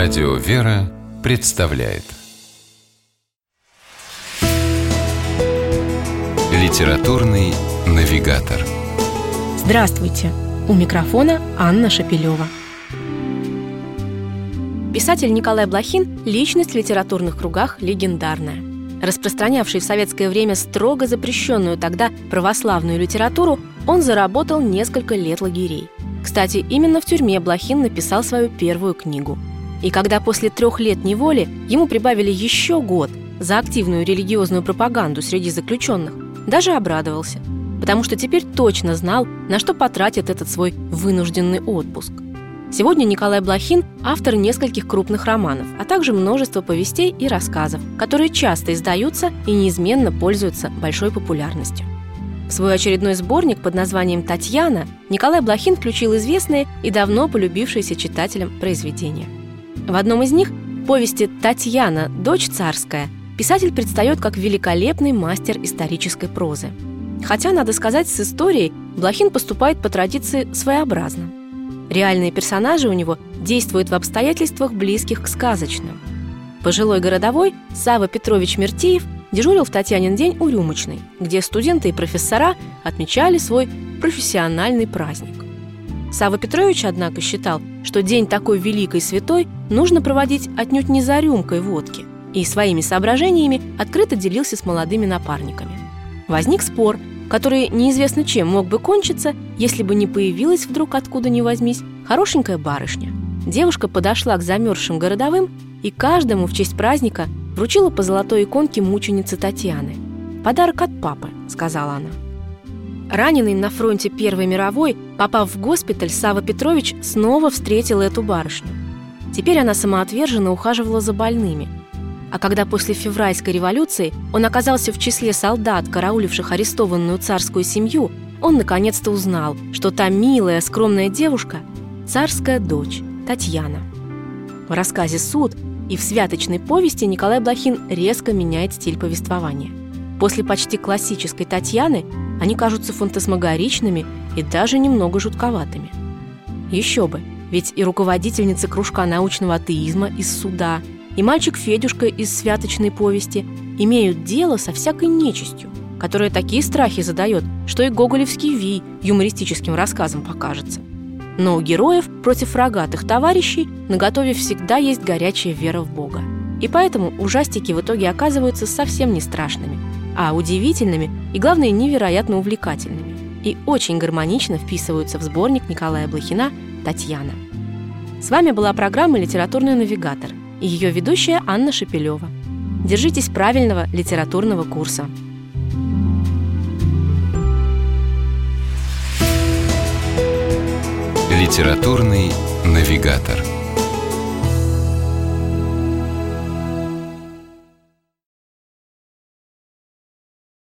Радио «Вера» представляет Литературный навигатор. Здравствуйте! У микрофона Анна Шапилева. Писатель Николай Блохин – личность в литературных кругах легендарная. Распространявший в советское время строго запрещенную тогда православную литературу, он заработал несколько лет лагерей. Кстати, именно в тюрьме Блохин написал свою первую книгу. И когда после 3 лет неволи ему прибавили еще год за активную религиозную пропаганду среди заключенных, даже обрадовался, потому что теперь точно знал, на что потратит этот свой вынужденный отпуск. Сегодня Николай Блохин – автор нескольких крупных романов, а также множества повестей и рассказов, которые часто издаются и неизменно пользуются большой популярностью. В свой очередной сборник под названием «Татьяна» Николай Блохин включил известные и давно полюбившиеся читателям произведения. В одном из них, повести «Татьяна, дочь царская», писатель предстает как великолепный мастер исторической прозы. Хотя, надо сказать, с историей Блохин поступает по традиции своеобразно. Реальные персонажи у него действуют в обстоятельствах, близких к сказочным. Пожилой городовой Савва Петрович Мертиев дежурил в Татьянин день у Рюмочной, где студенты и профессора отмечали свой профессиональный праздник. Савва Петрович, однако, считал, что день такой великой святой нужно проводить отнюдь не за рюмкой водки, и своими соображениями открыто делился с молодыми напарниками. Возник спор, который неизвестно чем мог бы кончиться, если бы не появилась вдруг откуда ни возьмись хорошенькая барышня. Девушка подошла к замерзшим городовым и каждому в честь праздника вручила по золотой иконке мученицы Татьяны. «Подарок от папы», — сказала она. Раненый на фронте Первой мировой, попав в госпиталь, Савва Петрович снова встретил эту барышню. Теперь она самоотверженно ухаживала за больными. А когда после февральской революции он оказался в числе солдат, карауливших арестованную царскую семью, он наконец-то узнал, что та милая, скромная девушка – царская дочь Татьяна. В рассказе «Суд» и в святочной повести Николай Блохин резко меняет стиль повествования. После почти классической Татьяны они кажутся фантасмагоричными и даже немного жутковатыми. Еще бы, ведь и руководительница кружка научного атеизма из «Суда», и мальчик Федюшка из святочной повести имеют дело со всякой нечистью, которая такие страхи задает, что и гоголевский вий юмористическим рассказом покажется. Но у героев против рогатых товарищей наготове всегда есть горячая вера в Бога. И поэтому ужастики в итоге оказываются совсем не страшными, а удивительными и, главное, невероятно увлекательными. И очень гармонично вписываются в сборник Николая Блохина «Татьяна». С вами была программа «Литературный навигатор» и ее ведущая Анна Шапилева. Держитесь правильного литературного курса. Литературный навигатор.